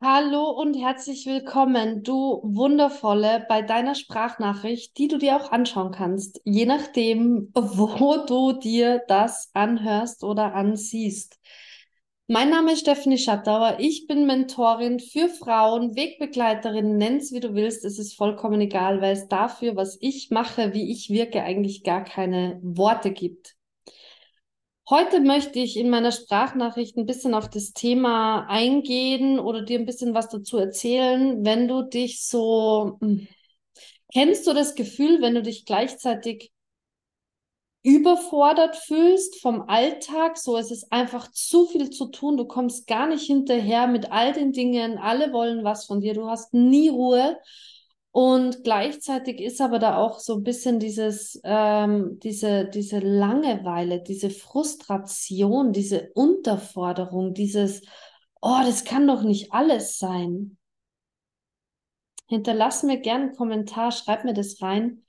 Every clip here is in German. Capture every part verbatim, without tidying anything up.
Hallo und herzlich willkommen, du Wundervolle, bei deiner Sprachnachricht, die du dir auch anschauen kannst, je nachdem, wo du dir das anhörst oder ansiehst. Mein Name ist Stephanie Schattauer. Ich bin Mentorin für Frauen, Wegbegleiterin, nenn's wie du willst. Es ist vollkommen egal, weil es dafür, was ich mache, wie ich wirke, eigentlich gar keine Worte gibt. Heute möchte ich in meiner Sprachnachricht ein bisschen auf das Thema eingehen oder dir ein bisschen was dazu erzählen, wenn du dich so, hm, kennst du das Gefühl, wenn du dich gleichzeitig überfordert fühlst vom Alltag, so es ist einfach zu viel zu tun, du kommst gar nicht hinterher mit all den Dingen, alle wollen was von dir, du hast nie Ruhe. Und gleichzeitig ist aber da auch so ein bisschen dieses, ähm, diese, diese Langeweile, diese Frustration, diese Unterforderung, dieses, oh, das kann doch nicht alles sein. Hinterlass mir gerne einen Kommentar, schreib mir das rein.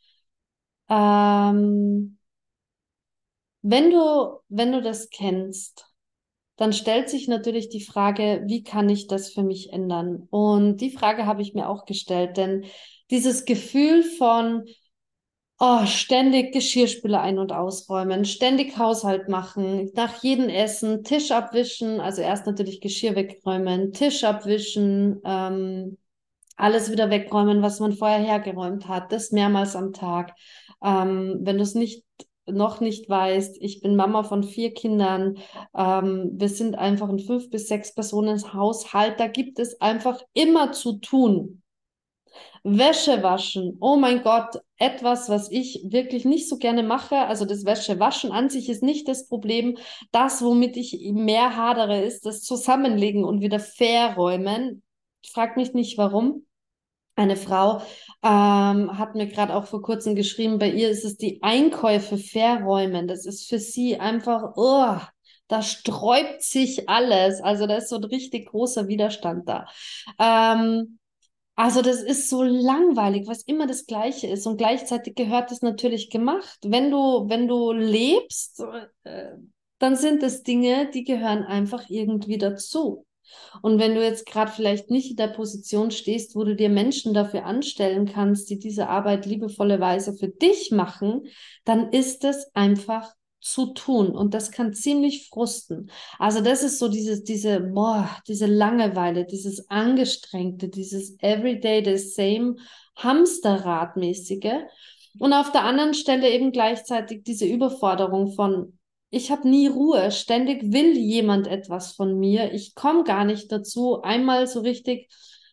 Ähm, wenn du, wenn du das kennst, dann stellt sich natürlich die Frage, wie kann ich das für mich ändern? Und die Frage habe ich mir auch gestellt, denn dieses Gefühl von, oh, ständig Geschirrspüler ein- und ausräumen, ständig Haushalt machen, nach jedem Essen Tisch abwischen, also erst natürlich Geschirr wegräumen, Tisch abwischen, ähm, alles wieder wegräumen, was man vorher hergeräumt hat, das mehrmals am Tag. Ähm, wenn du es nicht noch nicht weißt, ich bin Mama von vier Kindern. Ähm, wir sind einfach ein fünf bis sechs Personen Haushalt. Da gibt es einfach immer zu tun. Wäsche waschen, oh mein Gott, etwas, was ich wirklich nicht so gerne mache. Also das Wäschewaschen an sich ist nicht das Problem. Das, womit ich mehr hadere, ist das Zusammenlegen und wieder verräumen. Frag mich nicht, warum. Eine Frau ähm, hat mir gerade auch vor kurzem geschrieben, bei ihr ist es die Einkäufe verräumen. Das ist für sie einfach, oh, da sträubt sich alles. Also da ist so ein richtig großer Widerstand da. Ähm, also das ist so langweilig, was immer das Gleiche ist. Und gleichzeitig gehört es natürlich gemacht. Wenn du, wenn du lebst, äh, dann sind es Dinge, die gehören einfach irgendwie dazu. Und wenn du jetzt gerade vielleicht nicht in der Position stehst, wo du dir Menschen dafür anstellen kannst, die diese Arbeit liebevollerweise für dich machen, dann ist es einfach zu tun. Und das kann ziemlich frusten. Also das ist so dieses, diese, boah, diese Langeweile, dieses Angestrengte, dieses Everyday the same Hamsterradmäßige. Und auf der anderen Stelle eben gleichzeitig diese Überforderung von, ich habe nie Ruhe, ständig will jemand etwas von mir. Ich komme gar nicht dazu, einmal so richtig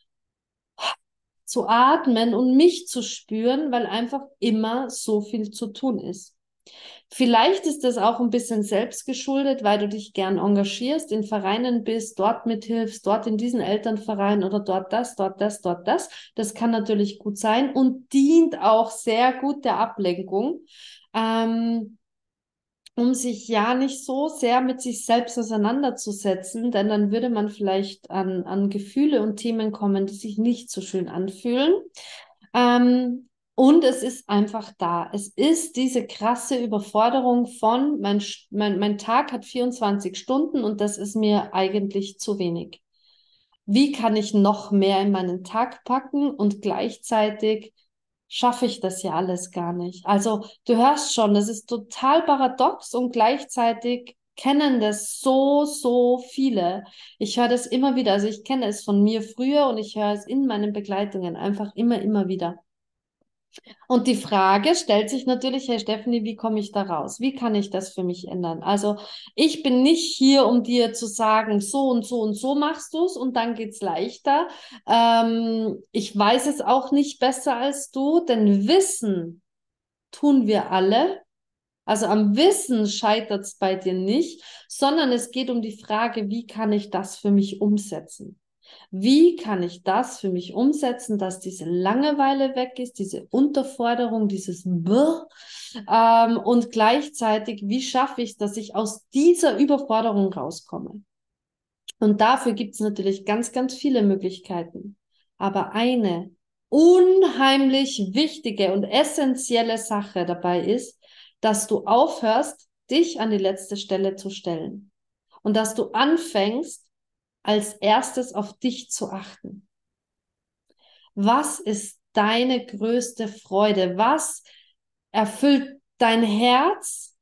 zu atmen und mich zu spüren, weil einfach immer so viel zu tun ist. Vielleicht ist das auch ein bisschen selbstgeschuldet, weil du dich gern engagierst, in Vereinen bist, dort mithilfst, dort in diesen Elternverein oder dort das, dort das, dort das. Das kann natürlich gut sein und dient auch sehr gut der Ablenkung. Ähm, um sich ja nicht so sehr mit sich selbst auseinanderzusetzen, denn dann würde man vielleicht an, an Gefühle und Themen kommen, die sich nicht so schön anfühlen. Ähm, und es ist einfach da. Es ist diese krasse Überforderung von, mein, mein, mein Tag hat vierundzwanzig Stunden und das ist mir eigentlich zu wenig. Wie kann ich noch mehr in meinen Tag packen und gleichzeitig schaffe ich das ja alles gar nicht. Also du hörst schon, das ist total paradox und gleichzeitig kennen das so, so viele. Ich höre das immer wieder. Also ich kenne es von mir früher und ich höre es in meinen Begleitungen einfach immer, immer wieder. Und die Frage stellt sich natürlich, Herr Stephanie, wie komme ich da raus? Wie kann ich das für mich ändern? Also ich bin nicht hier, um dir zu sagen, so und so und so machst du es und dann geht's leichter. Ähm, ich weiß es auch nicht besser als du, denn Wissen tun wir alle. Also am Wissen scheitert es bei dir nicht, sondern es geht um die Frage, wie kann ich das für mich umsetzen? Wie kann ich das für mich umsetzen, dass diese Langeweile weg ist, diese Unterforderung, dieses Brr, ähm, und gleichzeitig, wie schaffe ich es, dass ich aus dieser Überforderung rauskomme? Und dafür gibt es natürlich ganz, ganz viele Möglichkeiten. Aber eine unheimlich wichtige und essentielle Sache dabei ist, dass du aufhörst, dich an die letzte Stelle zu stellen und dass du anfängst, als erstes auf dich zu achten. Was ist deine größte Freude? Was erfüllt dein Herz?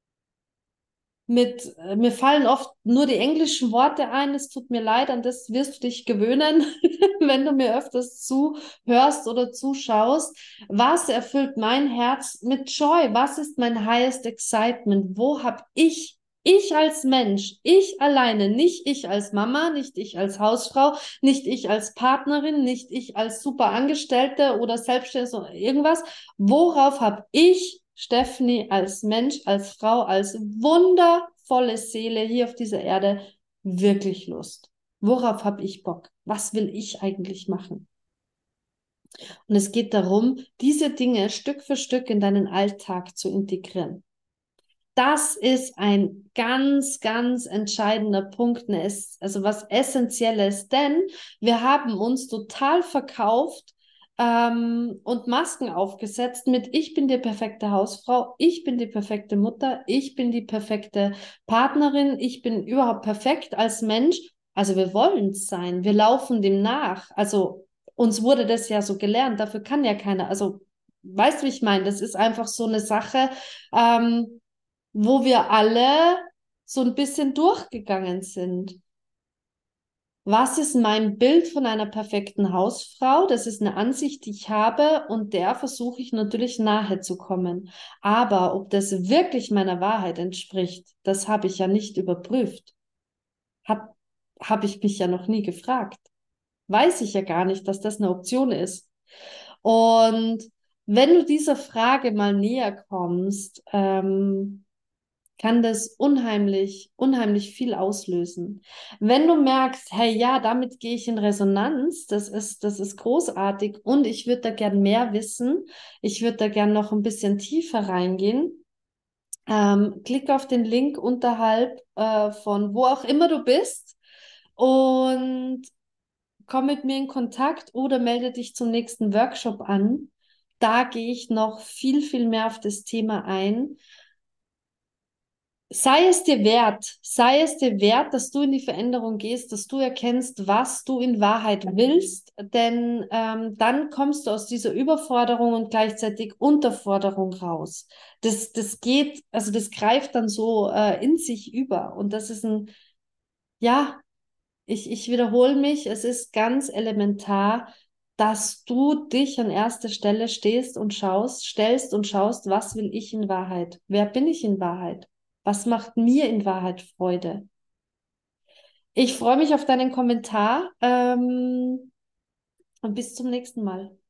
Mit, äh, mir fallen oft nur die englischen Worte ein. Es tut mir leid, an das wirst du dich gewöhnen, wenn du mir öfters zuhörst oder zuschaust. Was erfüllt mein Herz mit Joy? Was ist mein highest excitement? Wo habe ich, ich als Mensch, ich alleine, nicht ich als Mama, nicht ich als Hausfrau, nicht ich als Partnerin, nicht ich als Superangestellte oder Selbstständige oder irgendwas. Worauf habe ich, Stephanie, als Mensch, als Frau, als wundervolle Seele hier auf dieser Erde wirklich Lust? Worauf habe ich Bock? Was will ich eigentlich machen? Und es geht darum, diese Dinge Stück für Stück in deinen Alltag zu integrieren. Das ist ein ganz, ganz entscheidender Punkt, ne, also was Essentielles, denn wir haben uns total verkauft ähm, und Masken aufgesetzt mit: Ich bin die perfekte Hausfrau, ich bin die perfekte Mutter, ich bin die perfekte Partnerin, ich bin überhaupt perfekt als Mensch. Also wir wollen es sein, wir laufen dem nach. Also uns wurde das ja so gelernt, dafür kann ja keiner. Also weißt du, wie ich meine? Das ist einfach so eine Sache. Ähm, wo wir alle so ein bisschen durchgegangen sind. Was ist mein Bild von einer perfekten Hausfrau? Das ist eine Ansicht, die ich habe, und der versuche ich natürlich nahe zu kommen. Aber ob das wirklich meiner Wahrheit entspricht, das habe ich ja nicht überprüft. Hab, habe ich mich ja noch nie gefragt. Weiß ich ja gar nicht, dass das eine Option ist. Und wenn du dieser Frage mal näher kommst, ähm, kann das unheimlich, unheimlich viel auslösen. Wenn du merkst, hey, ja, damit gehe ich in Resonanz, das ist, das ist großartig und ich würde da gern mehr wissen, ich würde da gern noch ein bisschen tiefer reingehen, ähm, klick auf den Link unterhalb äh, von wo auch immer du bist und komm mit mir in Kontakt oder melde dich zum nächsten Workshop an. Da gehe ich noch viel, viel mehr auf das Thema ein. Sei es dir wert, sei es dir wert, dass du in die Veränderung gehst, dass du erkennst, was du in Wahrheit willst, denn ähm, dann kommst du aus dieser Überforderung und gleichzeitig Unterforderung raus. Das, das geht, also das greift dann so äh, in sich über und das ist ein, ja, ich, ich wiederhole mich, es ist ganz elementar, dass du dich an erster Stelle stehst und schaust, stellst und schaust, was will ich in Wahrheit? Wer bin ich in Wahrheit? Was macht mir in Wahrheit Freude? Ich freue mich auf deinen Kommentar ähm, und bis zum nächsten Mal.